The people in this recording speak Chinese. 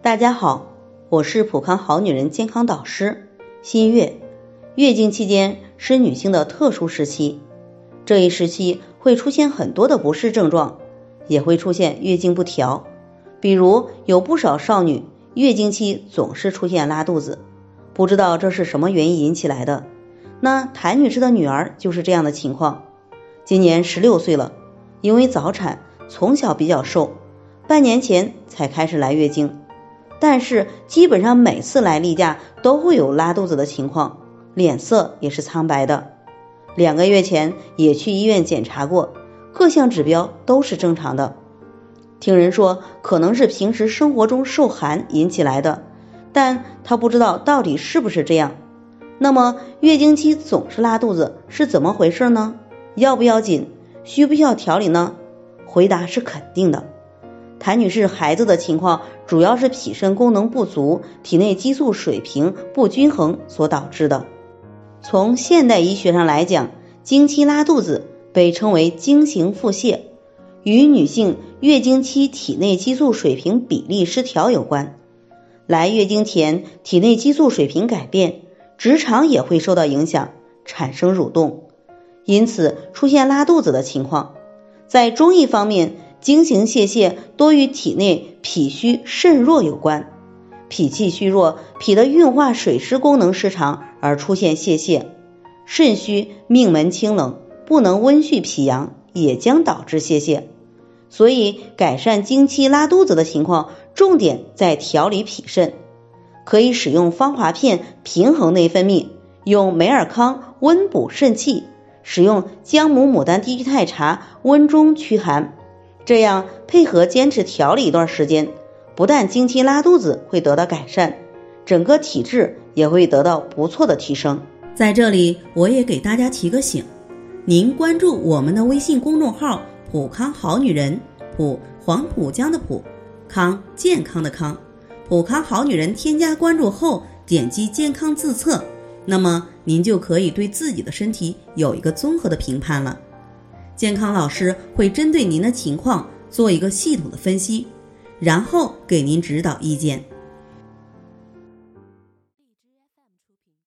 大家好，我是普康好女人健康导师新月。月经期间是女性的特殊时期，这一时期会出现很多的不适症状，也会出现月经不调。比如有不少少女月经期总是出现拉肚子，不知道这是什么原因引起来的。那谭女士的女儿就是这样的情况，今年16岁了，因为早产，从小比较瘦，半年前才开始来月经，但是基本上每次来例假都会有拉肚子的情况，脸色也是苍白的。2个月前也去医院检查过，各项指标都是正常的。听人说可能是平时生活中受寒引起来的，但她不知道到底是不是这样。那么月经期总是拉肚子是怎么回事呢？要不要紧？需不需要调理呢？回答是肯定的。谭女士孩子的情况主要是脾肾功能不足，体内激素水平不均衡所导致的。从现代医学上来讲，经期拉肚子被称为经行腹泻，与女性月经期体内激素水平比例失调有关。来月经前体内激素水平改变，直肠也会受到影响，产生蠕动，因此出现拉肚子的情况。在中医方面，经行泄泻多与体内脾虚肾弱有关，脾气虚弱，脾的运化水湿功能失常而出现泄泻，肾虚命门清冷，不能温煦脾阳，也将导致泄泻。所以改善经期拉肚子的情况，重点在调理脾肾，可以使用芳华片平衡内分泌，用美尔康温补肾气，使用姜母牡丹低聚肽茶温中驱寒，这样配合坚持调理一段时间，不但经期拉肚子会得到改善，整个体质也会得到不错的提升。 在这里我也给大家提个醒，您关注我们的微信公众号普康好女人，普黄浦江的普，康健康的康，普康好女人添加关注后点击健康自测，那么您就可以对自己的身体有一个综合的评判了。健康老师会针对您的情况做一个系统的分析，然后给您指导意见。